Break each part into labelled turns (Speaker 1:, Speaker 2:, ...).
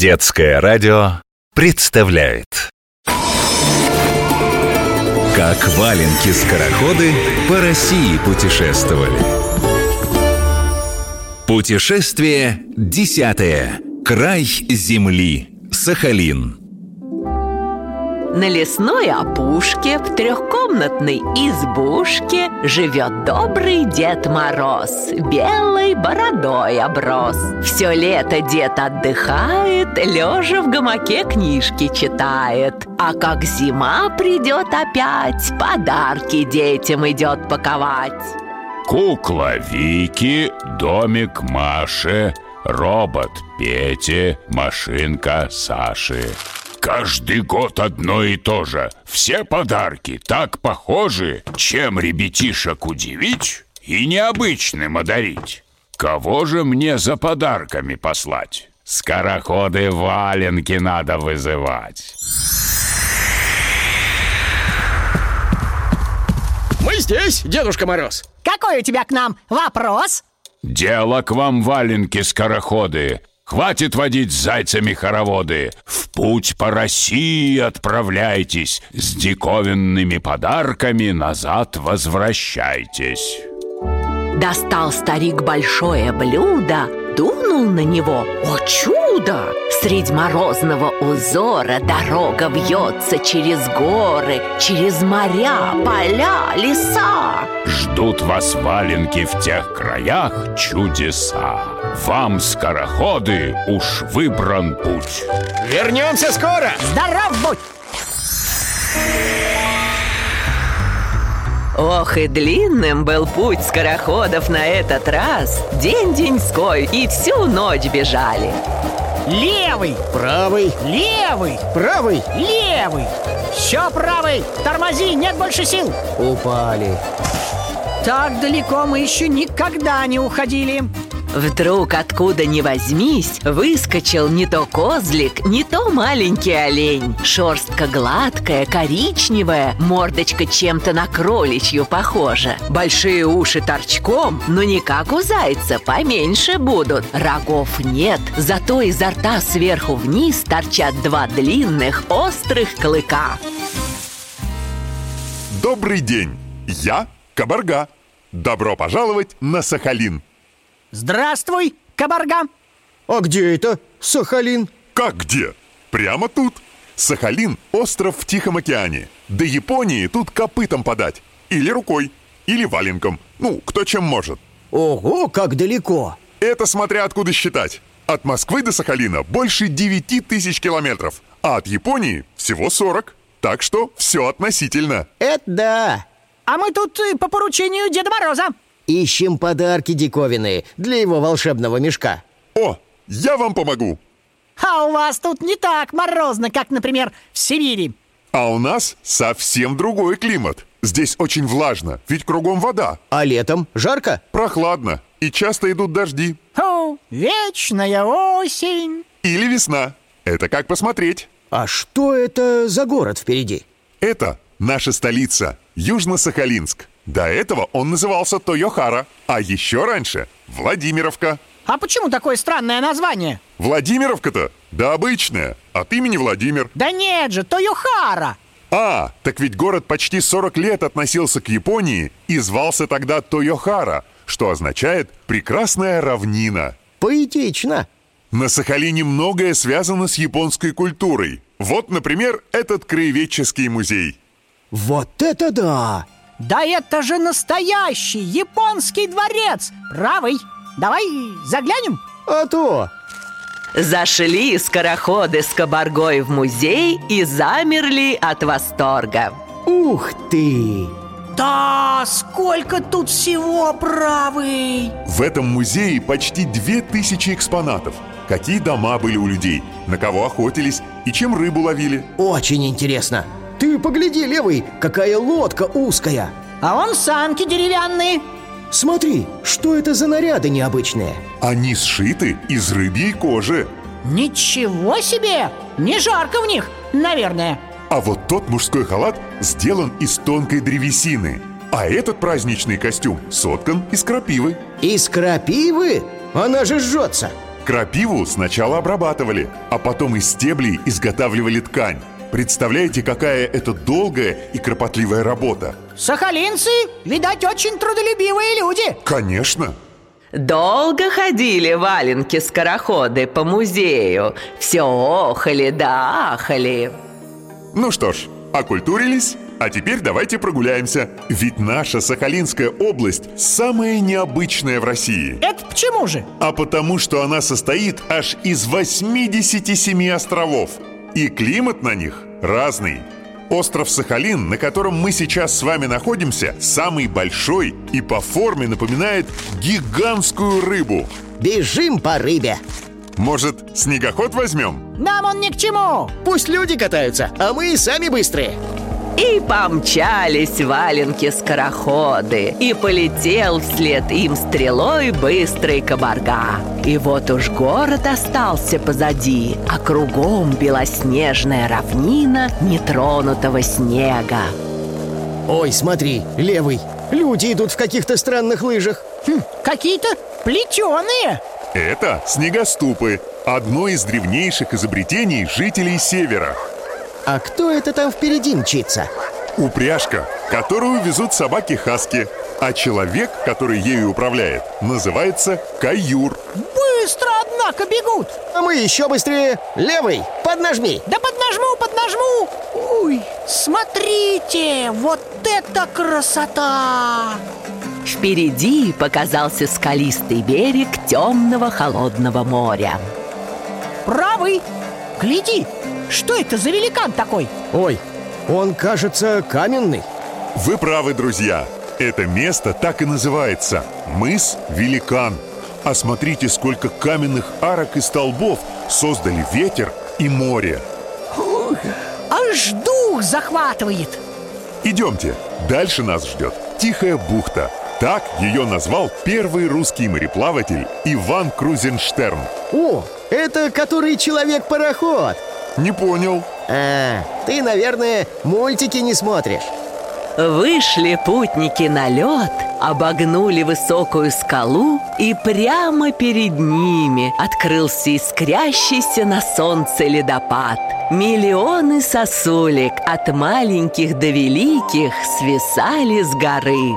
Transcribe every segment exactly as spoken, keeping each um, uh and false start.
Speaker 1: Детское радио представляет. Как валенки-скороходы по России путешествовали. Путешествие десятое. Край земли. Сахалин.
Speaker 2: На лесной опушке в трехкомнатной избушке живет добрый Дед Мороз, белой бородой оброс. Все лето дед отдыхает, лежа в гамаке книжки читает. А как зима придет опять, подарки детям идет паковать.
Speaker 3: Кукла Вики, домик Маши, робот Пети, машинка Саши. Каждый год одно и то же. Все подарки так похожи, чем ребятишек удивить и необычным одарить. Кого же мне за подарками послать? Скороходы валенки надо вызывать.
Speaker 4: Мы здесь, Дедушка Мороз.
Speaker 5: Какой у тебя к нам вопрос?
Speaker 3: Дело к вам, валенки-скороходы. Хватит водить с зайцами хороводы. В путь по России отправляйтесь. С диковинными подарками назад возвращайтесь.
Speaker 2: Достал старик большое блюдо, дунул на него. О чудо! Средь морозного узора дорога вьется через горы, через моря, поля, леса.
Speaker 3: Ждут вас, валенки, в тех краях чудеса. Вам, скороходы, уж выбран путь.
Speaker 4: Вернемся скоро.
Speaker 5: Здоров будь!
Speaker 2: Ох, и длинным был путь скороходов на этот раз. День-деньской, и всю ночь бежали.
Speaker 5: Левый,
Speaker 4: Правый,
Speaker 5: левый,
Speaker 4: правый.
Speaker 5: левый. Все правый, тормози, нет больше сил.
Speaker 4: Упали.
Speaker 5: Так далеко мы еще никогда не уходили.
Speaker 2: Вдруг, откуда ни возьмись, выскочил не то козлик, не то маленький олень. Шерстка гладкая, коричневая, мордочка чем-то на кроличью похожа. Большие уши торчком, но не как у зайца, поменьше будут. Рогов нет, зато изо рта сверху вниз торчат два длинных острых клыка.
Speaker 6: Добрый день! Я Кабарга. Добро пожаловать на Сахалин.
Speaker 5: Здравствуй, Кабарга.
Speaker 4: А где это Сахалин?
Speaker 6: Как где? Прямо тут. Сахалин – остров в Тихом океане. До Японии тут копытом подать. Или рукой, или валенком. Ну, кто чем может.
Speaker 4: Ого, как далеко.
Speaker 6: Это смотря откуда считать. От Москвы до Сахалина больше девяти тысяч километров. А от Японии всего сорок. Так что все относительно.
Speaker 4: Это да.
Speaker 5: А мы тут э, по поручению Деда Мороза.
Speaker 4: Ищем подарки диковинные для его волшебного мешка.
Speaker 6: О, я вам помогу.
Speaker 5: А у вас тут не так морозно, как, например, в Сибири.
Speaker 6: А у нас совсем другой климат. Здесь очень влажно, ведь кругом вода.
Speaker 4: А летом жарко?
Speaker 6: Прохладно, и часто идут дожди.
Speaker 5: О, вечная осень.
Speaker 6: Или весна. Это как посмотреть.
Speaker 4: А что это за город впереди?
Speaker 6: Это наша столица, Южно-Сахалинск. До этого он назывался Тойохара, а еще раньше Владимировка.
Speaker 5: А почему такое странное название?
Speaker 6: Владимировка-то? Да обычная, от имени Владимир.
Speaker 5: Да нет же, Тойохара.
Speaker 6: А, так ведь город почти сорок лет относился к Японии и звался тогда Тойохара, что означает «прекрасная равнина».
Speaker 4: Поэтично.
Speaker 6: На Сахалине многое связано с японской культурой. Вот, например, этот краеведческий музей.
Speaker 4: Вот это да!
Speaker 5: Да это же настоящий японский дворец. Правый. Давай заглянем.
Speaker 4: А то!
Speaker 2: Зашли скороходы с Кабаргой в музей и замерли от восторга.
Speaker 4: Ух ты!
Speaker 5: Да, сколько тут всего, правый.
Speaker 6: В этом музее почти две тысячи экспонатов. Какие дома были у людей, на кого охотились и чем рыбу ловили.
Speaker 4: Очень интересно. Ты погляди, левый, какая лодка узкая.
Speaker 5: А вон санки деревянные.
Speaker 4: Смотри, что это за наряды необычные.
Speaker 6: Они сшиты из рыбьей кожи.
Speaker 5: Ничего себе! Не жарко в них, наверное.
Speaker 6: А вот тот мужской халат сделан из тонкой древесины. А этот праздничный костюм соткан из крапивы.
Speaker 4: Из крапивы? Она же жжется.
Speaker 6: Крапиву сначала обрабатывали, а потом из стеблей изготавливали ткань. Представляете, какая это долгая и кропотливая работа?
Speaker 5: Сахалинцы, видать, очень трудолюбивые люди.
Speaker 6: Конечно.
Speaker 2: Долго ходили валенки-скороходы по музею. Все охали да ахали.
Speaker 6: Ну что ж, окультурились? А теперь давайте прогуляемся. Ведь наша Сахалинская область самая необычная в России.
Speaker 5: Это почему же?
Speaker 6: А потому, что она состоит аж из восьмидесяти семи островов. И климат на них разный. Остров Сахалин, на котором мы сейчас с вами находимся, самый большой и по форме напоминает гигантскую рыбу.
Speaker 4: Бежим по рыбе.
Speaker 6: Может, снегоход возьмем?
Speaker 5: Нам он ни к чему.
Speaker 4: Пусть люди катаются, а мы сами быстрые.
Speaker 2: И помчались валенки-скороходы, и полетел вслед им стрелой быстрый кабарга. И вот уж город остался позади, а кругом белоснежная равнина нетронутого снега.
Speaker 4: Ой, смотри, левый, люди идут в каких-то странных лыжах.
Speaker 5: Хм, какие-то плетеные.
Speaker 6: Это снегоступы, одно из древнейших изобретений жителей Севера.
Speaker 4: А кто это там впереди мчится?
Speaker 6: Упряжка, которую везут собаки-хаски. А человек, который ею управляет, называется каюр.
Speaker 5: Быстро, однако, бегут.
Speaker 4: А мы еще быстрее. Левый, поднажми.
Speaker 5: Да поднажму, поднажму. Ой, смотрите, вот это красота!
Speaker 2: Впереди показался скалистый берег темного холодного моря.
Speaker 5: Правый, гляди, что это за великан такой?
Speaker 4: Ой, он, кажется, каменный.
Speaker 6: Вы правы, друзья. Это место так и называется – мыс Великан. А смотрите, сколько каменных арок и столбов создали ветер и море.
Speaker 5: Ух, аж дух захватывает.
Speaker 6: Идемте, дальше нас ждет Тихая бухта. Так ее назвал первый русский мореплаватель Иван Крузенштерн.
Speaker 4: О, это который человек-пароход.
Speaker 6: Не понял.
Speaker 4: А, ты, наверное, мультики не смотришь.
Speaker 2: Вышли путники на лед, обогнули высокую скалу, и прямо перед ними открылся искрящийся на солнце ледопад. Миллионы сосулек от маленьких до великих свисали с горы.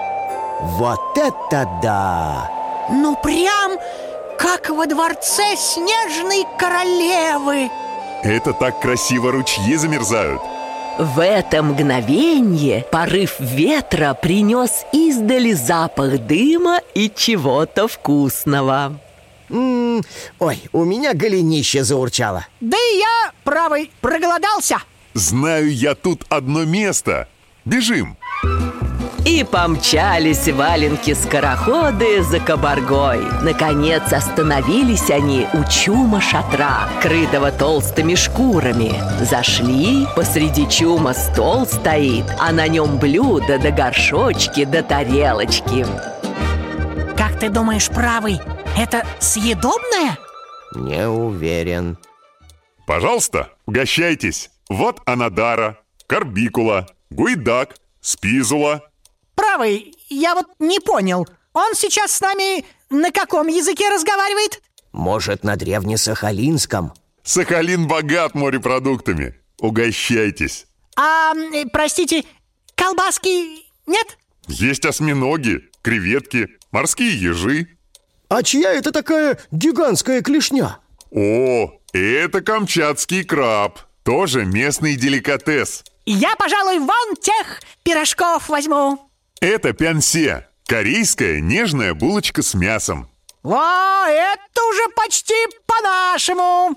Speaker 4: Вот это да!
Speaker 5: Ну прям как во дворце снежной королевы.
Speaker 6: Это так красиво ручьи замерзают.
Speaker 2: В это мгновенье порыв ветра принес издали запах дыма и чего-то вкусного.
Speaker 4: М-м, ой, у меня голенище заурчало.
Speaker 5: Да и я, правый, проголодался.
Speaker 6: Знаю я тут одно место. Бежим.
Speaker 2: И помчались валенки-скороходы за кабаргой. Наконец остановились они у чума шатра, крытого толстыми шкурами. Зашли, посреди чума стол стоит, а на нем блюда да горшочки да тарелочки.
Speaker 5: Как ты думаешь, правый, это съедобное?
Speaker 4: Не уверен.
Speaker 6: Пожалуйста, угощайтесь. Вот анадара, карбикула, гуйдак, спизула.
Speaker 5: Правый, я вот не понял. Он сейчас с нами на каком языке разговаривает?
Speaker 4: Может, на древнесахалинском?
Speaker 6: Сахалин богат морепродуктами. Угощайтесь.
Speaker 5: А, э, простите, колбаски нет?
Speaker 6: Есть осьминоги, креветки, морские ежи.
Speaker 4: А чья это такая гигантская клешня?
Speaker 6: О, это камчатский краб. Тоже местный деликатес.
Speaker 5: Я, пожалуй, вон тех пирожков возьму.
Speaker 6: Это пянсе, корейская нежная булочка с мясом.
Speaker 5: О, это уже почти по-нашему.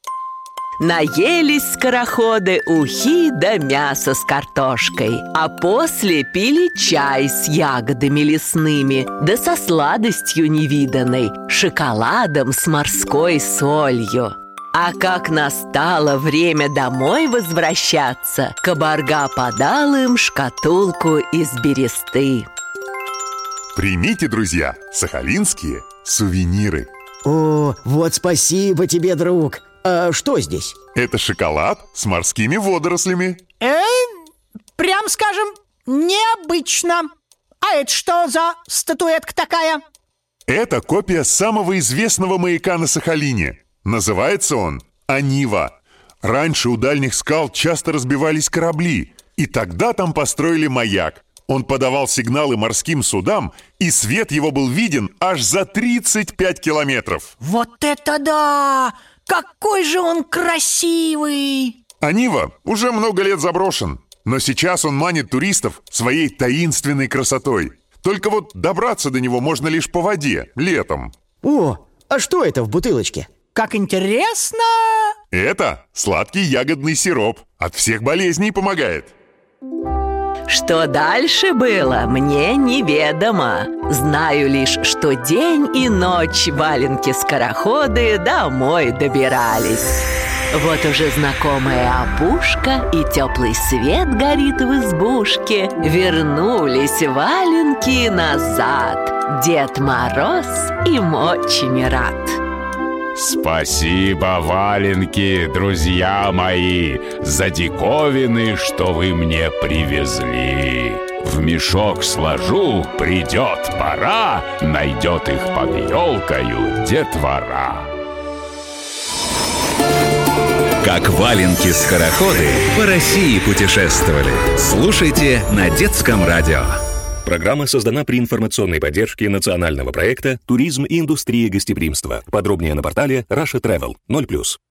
Speaker 2: Наелись скороходы ухи да мяса с картошкой, а после пили чай с ягодами лесными, да со сладостью невиданной, шоколадом с морской солью. А как настало время домой возвращаться, кабарга подал им шкатулку из бересты.
Speaker 6: Примите, друзья, сахалинские сувениры.
Speaker 4: О, вот спасибо тебе, друг. А что здесь?
Speaker 6: Это шоколад с морскими водорослями.
Speaker 5: Э, прям скажем, необычно. А это что за статуэтка такая?
Speaker 6: Это копия самого известного маяка на Сахалине. Называется он «Анива». Раньше у дальних скал часто разбивались корабли, и тогда там построили маяк. Он подавал сигналы морским судам, и свет его был виден аж за тридцать пять километров.
Speaker 5: Вот это да! Какой же он красивый!
Speaker 6: Анива уже много лет заброшен, но сейчас он манит туристов своей таинственной красотой. Только вот добраться до него можно лишь по воде, летом.
Speaker 4: О, а что это в бутылочке?
Speaker 5: Как интересно!
Speaker 6: Это сладкий ягодный сироп. От всех болезней помогает.
Speaker 2: Что дальше было, мне неведомо. Знаю лишь, что день и ночь валенки-скороходы домой добирались. Вот уже знакомая опушка и теплый свет горит в избушке. Вернулись валенки назад. Дед Мороз им очень рад.
Speaker 3: Спасибо, валенки, друзья мои, за диковины, что вы мне привезли. В мешок сложу, придет пора, найдет их под елкою детвора.
Speaker 1: Как валенки-скороходы по России путешествовали. Слушайте на детском радио.
Speaker 7: Программа создана при информационной поддержке национального проекта «Туризм и индустрия гостеприимства». Подробнее на портале Russia Travel ноль плюс.